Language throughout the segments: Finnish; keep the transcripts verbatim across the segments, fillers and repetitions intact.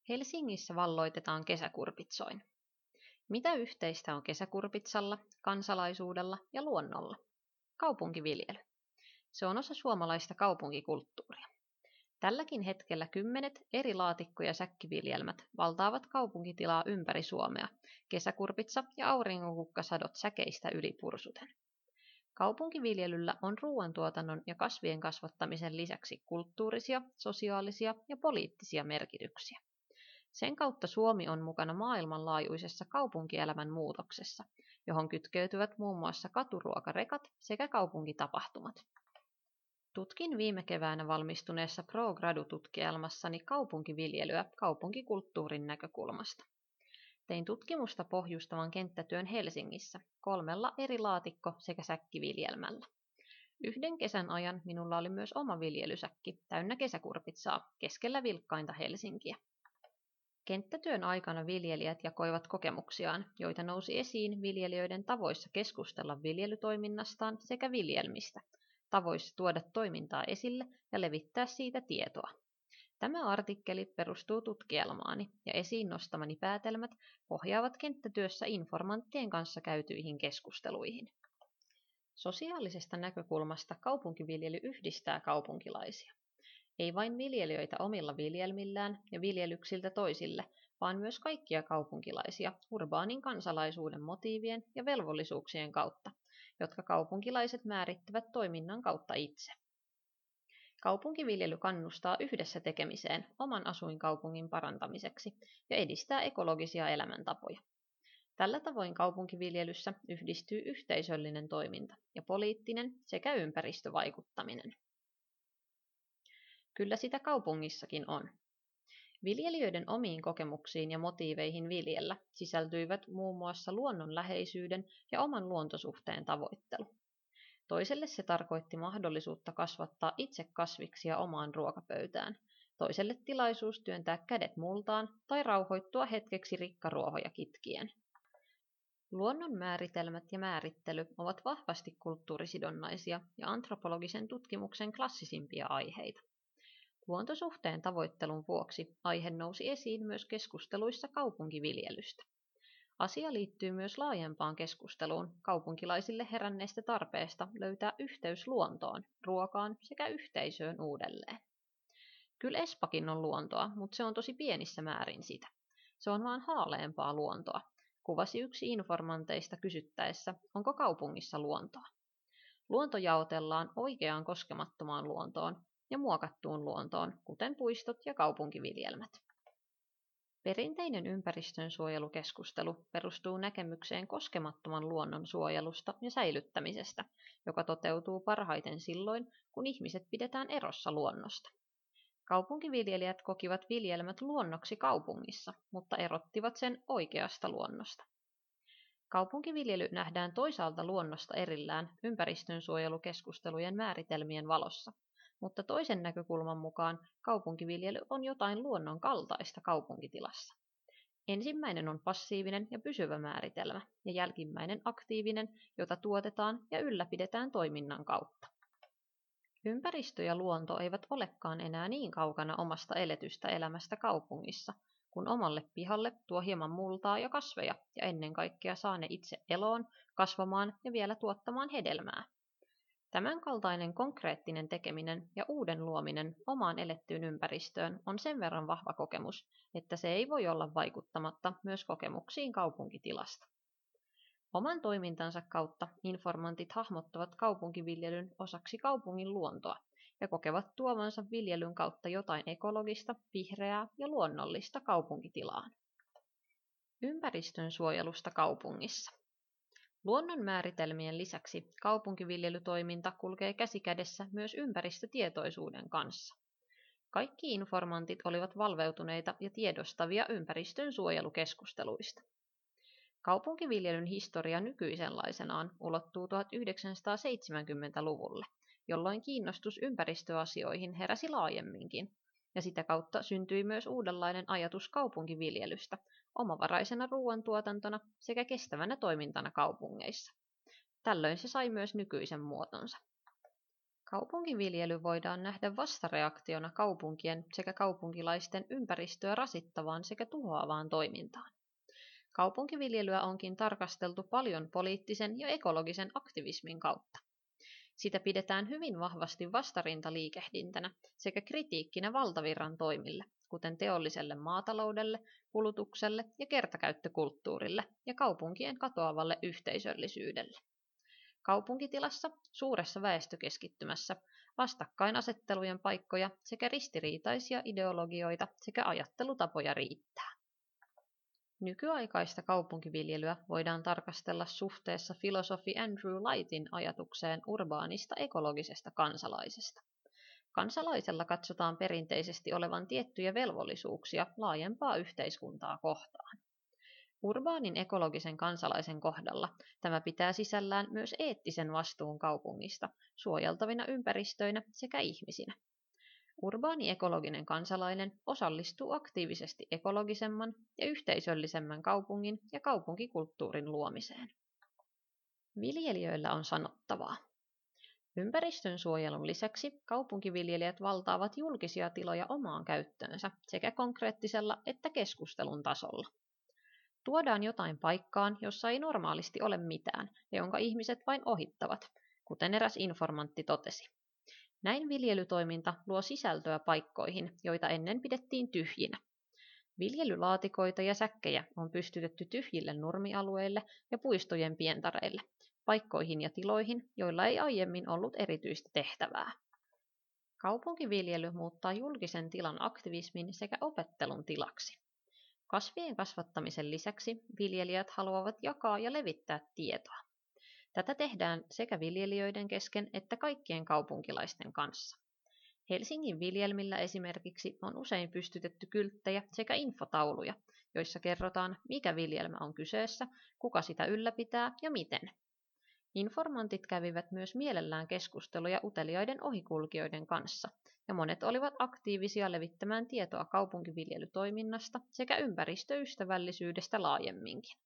Helsingissä valloitetaan kesäkurpitsoin. Mitä yhteistä on kesäkurpitsalla, kansalaisuudella ja luonnolla? Kaupunkiviljely. Se on osa suomalaista kaupunkikulttuuria. Tälläkin hetkellä kymmenet eri laatikko- ja säkkiviljelmät valtaavat kaupunkitilaa ympäri Suomea, kesäkurpitsa ja auringonkukkasadot säkeistä yli pursuten. Kaupunkiviljelyllä on ruoantuotannon ja kasvien kasvattamisen lisäksi kulttuurisia, sosiaalisia ja poliittisia merkityksiä. Sen kautta Suomi on mukana maailmanlaajuisessa kaupunkielämän muutoksessa, johon kytkeytyvät muun muassa katuruokarekat sekä kaupunkitapahtumat. Tutkin viime keväänä valmistuneessa ProGradu-tutkielmassani kaupunkiviljelyä kaupunkikulttuurin näkökulmasta. Tein tutkimusta pohjustavan kenttätyön Helsingissä kolmella eri laatikko- sekä säkkiviljelmällä. Yhden kesän ajan minulla oli myös oma viljelysäkki täynnä kesäkurpitsaa keskellä vilkkainta Helsinkiä. Kenttätyön aikana viljelijät jakoivat kokemuksiaan, joita nousi esiin viljelijöiden tavoissa keskustella viljelytoiminnastaan sekä viljelmistä, tavoissa tuoda toimintaa esille ja levittää siitä tietoa. Tämä artikkeli perustuu tutkielmaani ja esiin nostamani päätelmät pohjaavat kenttätyössä informanttien kanssa käytyihin keskusteluihin. Sosiaalisesta näkökulmasta kaupunkiviljely yhdistää kaupunkilaisia. Ei vain viljelijöitä omilla viljelmillään ja viljelyksiltä toisille, vaan myös kaikkia kaupunkilaisia urbaanin kansalaisuuden motiivien ja velvollisuuksien kautta, jotka kaupunkilaiset määrittävät toiminnan kautta itse. Kaupunkiviljely kannustaa yhdessä tekemiseen oman asuinkaupungin parantamiseksi ja edistää ekologisia elämäntapoja. Tällä tavoin kaupunkiviljelyssä yhdistyy yhteisöllinen toiminta ja poliittinen sekä ympäristövaikuttaminen. Kyllä sitä kaupungissakin on. Viljelijöiden omiin kokemuksiin ja motiiveihin viljellä sisältyivät muun muassa luonnonläheisyyden ja oman luontosuhteen tavoittelu. Toiselle se tarkoitti mahdollisuutta kasvattaa itse kasviksia omaan ruokapöytään, toiselle tilaisuus työntää kädet multaan tai rauhoittua hetkeksi rikkaruohoja kitkien. Luonnon määritelmät ja määrittely ovat vahvasti kulttuurisidonnaisia ja antropologisen tutkimuksen klassisimpia aiheita. Luontosuhteen tavoittelun vuoksi aihe nousi esiin myös keskusteluissa kaupunkiviljelystä. Asia liittyy myös laajempaan keskusteluun kaupunkilaisille heränneestä tarpeesta löytää yhteys luontoon, ruokaan sekä yhteisöön uudelleen. Kyllä Espakin on luontoa, mutta se on tosi pienissä määrin sitä. Se on vaan haaleampaa luontoa, kuvasi yksi informanteista kysyttäessä, onko kaupungissa luontoa. Luonto jaotellaan oikeaan koskemattomaan luontoon ja muokattuun luontoon, kuten puistot ja kaupunkiviljelmät. Perinteinen ympäristönsuojelukeskustelu perustuu näkemykseen koskemattoman luonnon suojelusta ja säilyttämisestä, joka toteutuu parhaiten silloin, kun ihmiset pidetään erossa luonnosta. Kaupunkiviljelijät kokivat viljelmät luonnoksi kaupungissa, mutta erottivat sen oikeasta luonnosta. Kaupunkiviljely nähdään toisaalta luonnosta erillään ympäristönsuojelukeskustelujen määritelmien valossa, mutta toisen näkökulman mukaan kaupunkiviljely on jotain luonnon kaltaista kaupunkitilassa. Ensimmäinen on passiivinen ja pysyvä määritelmä, ja jälkimmäinen aktiivinen, jota tuotetaan ja ylläpidetään toiminnan kautta. Ympäristö ja luonto eivät olekaan enää niin kaukana omasta eletystä elämästä kaupungissa, kun omalle pihalle tuo hieman multaa ja kasveja, ja ennen kaikkea saa ne itse eloon, kasvamaan ja vielä tuottamaan hedelmää. Tämänkaltainen konkreettinen tekeminen ja uuden luominen omaan elettyyn ympäristöön on sen verran vahva kokemus, että se ei voi olla vaikuttamatta myös kokemuksiin kaupunkitilasta. Oman toimintansa kautta informantit hahmottavat kaupunkiviljelyn osaksi kaupungin luontoa ja kokevat tuovansa viljelyn kautta jotain ekologista, vihreää ja luonnollista kaupunkitilaan. Ympäristön suojelusta kaupungissa. Luonnon määritelmien lisäksi kaupunkiviljelytoiminta kulkee käsikädessä myös ympäristötietoisuuden kanssa. Kaikki informantit olivat valveutuneita ja tiedostavia ympäristön suojelukeskusteluista. Kaupunkiviljelyn historia nykyisenlaisenaan ulottuu tuhatyhdeksänsataaseitsemänkymmentäluvulle, jolloin kiinnostus ympäristöasioihin heräsi laajemminkin, ja sitä kautta syntyi myös uudenlainen ajatus kaupunkiviljelystä, omavaraisena ruoantuotantona sekä kestävänä toimintana kaupungeissa. Tällöin se sai myös nykyisen muotonsa. Kaupunkiviljely voidaan nähdä vastareaktiona kaupunkien sekä kaupunkilaisten ympäristöä rasittavaan sekä tuhoavaan toimintaan. Kaupunkiviljelyä onkin tarkasteltu paljon poliittisen ja ekologisen aktivismin kautta. Sitä pidetään hyvin vahvasti vastarintaliikehdintänä sekä kritiikkinä valtavirran toimille, kuten teolliselle maataloudelle, kulutukselle ja kertakäyttökulttuurille ja kaupunkien katoavalle yhteisöllisyydelle. Kaupunkitilassa, suuressa väestökeskittymässä, vastakkainasettelujen paikkoja sekä ristiriitaisia ideologioita sekä ajattelutapoja riittää. Nykyaikaista kaupunkiviljelyä voidaan tarkastella suhteessa filosofi Andrew Lightin ajatukseen urbaanista ekologisesta kansalaisesta. Kansalaisella katsotaan perinteisesti olevan tiettyjä velvollisuuksia laajempaa yhteiskuntaa kohtaan. Urbaanin ekologisen kansalaisen kohdalla tämä pitää sisällään myös eettisen vastuun kaupungista, suojeltavina ympäristöinä sekä ihmisinä. Urbaani ekologinen kansalainen osallistuu aktiivisesti ekologisemman ja yhteisöllisemmän kaupungin ja kaupunkikulttuurin luomiseen. Viljelijöillä on sanottavaa. Ympäristön suojelun lisäksi kaupunkiviljelijät valtaavat julkisia tiloja omaan käyttöönsä sekä konkreettisella että keskustelun tasolla. Tuodaan jotain paikkaan, jossa ei normaalisti ole mitään ja jonka ihmiset vain ohittavat, kuten eräs informantti totesi. Näin viljelytoiminta luo sisältöä paikkoihin, joita ennen pidettiin tyhjinä. Viljelylaatikoita ja säkkejä on pystytetty tyhjille nurmialueille ja puistojen pientareille, paikkoihin ja tiloihin, joilla ei aiemmin ollut erityistä tehtävää. Kaupunkiviljely muuttaa julkisen tilan aktivismin sekä opettelun tilaksi. Kasvien kasvattamisen lisäksi viljelijät haluavat jakaa ja levittää tietoa. Tätä tehdään sekä viljelijöiden kesken että kaikkien kaupunkilaisten kanssa. Helsingin viljelmillä esimerkiksi on usein pystytetty kylttejä sekä infotauluja, joissa kerrotaan, mikä viljelmä on kyseessä, kuka sitä ylläpitää ja miten. Informantit kävivät myös mielellään keskusteluja uteliaiden ohikulkijoiden kanssa, ja monet olivat aktiivisia levittämään tietoa kaupunkiviljelytoiminnasta sekä ympäristöystävällisyydestä laajemminkin.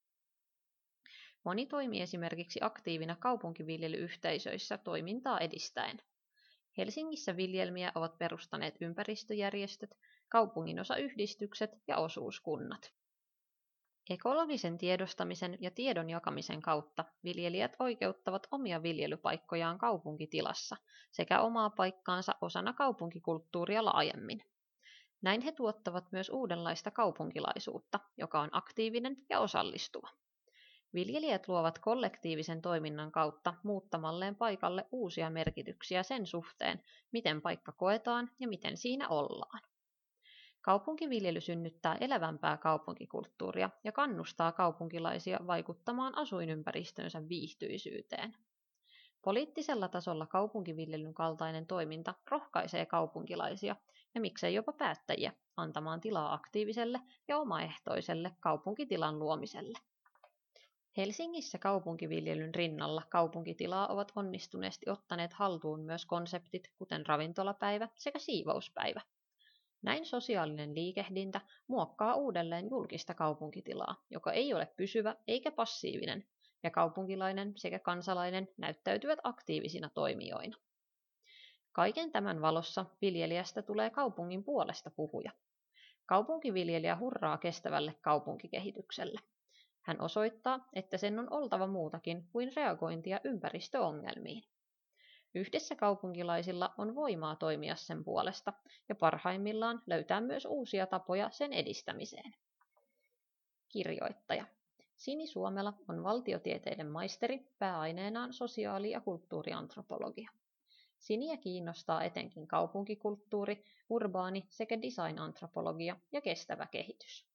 Moni toimi esimerkiksi aktiivina kaupunkiviljelyyhteisöissä toimintaa edistäen. Helsingissä viljelmiä ovat perustaneet ympäristöjärjestöt, kaupunginosayhdistykset ja osuuskunnat. Ekologisen tiedostamisen ja tiedon jakamisen kautta viljelijät oikeuttavat omia viljelypaikkojaan kaupunkitilassa sekä omaa paikkaansa osana kaupunkikulttuuria laajemmin. Näin he tuottavat myös uudenlaista kaupunkilaisuutta, joka on aktiivinen ja osallistuva. Viljelijät luovat kollektiivisen toiminnan kautta muuttamalleen paikalle uusia merkityksiä sen suhteen, miten paikka koetaan ja miten siinä ollaan. Kaupunkiviljely synnyttää elävämpää kaupunkikulttuuria ja kannustaa kaupunkilaisia vaikuttamaan asuinympäristönsä viihtyisyyteen. Poliittisella tasolla kaupunkiviljelyn kaltainen toiminta rohkaisee kaupunkilaisia ja miksei jopa päättäjiä antamaan tilaa aktiiviselle ja omaehtoiselle kaupunkitilan luomiselle. Helsingissä kaupunkiviljelyn rinnalla kaupunkitilaa ovat onnistuneesti ottaneet haltuun myös konseptit kuten ravintolapäivä sekä siivouspäivä. Näin sosiaalinen liikehdintä muokkaa uudelleen julkista kaupunkitilaa, joka ei ole pysyvä eikä passiivinen, ja kaupunkilainen sekä kansalainen näyttäytyvät aktiivisina toimijoina. Kaiken tämän valossa viljelijästä tulee kaupungin puolesta puhuja. Kaupunkiviljelijä hurraa kestävälle kaupunkikehitykselle. Hän osoittaa, että sen on oltava muutakin kuin reagointia ympäristöongelmiin. Yhdessä kaupunkilaisilla on voimaa toimia sen puolesta ja parhaimmillaan löytää myös uusia tapoja sen edistämiseen. Kirjoittaja. Sini Suomela on valtiotieteiden maisteri, pääaineenaan sosiaali- ja kulttuuriantropologia. Siniä kiinnostaa etenkin kaupunkikulttuuri, urbaani sekä designantropologia ja kestävä kehitys.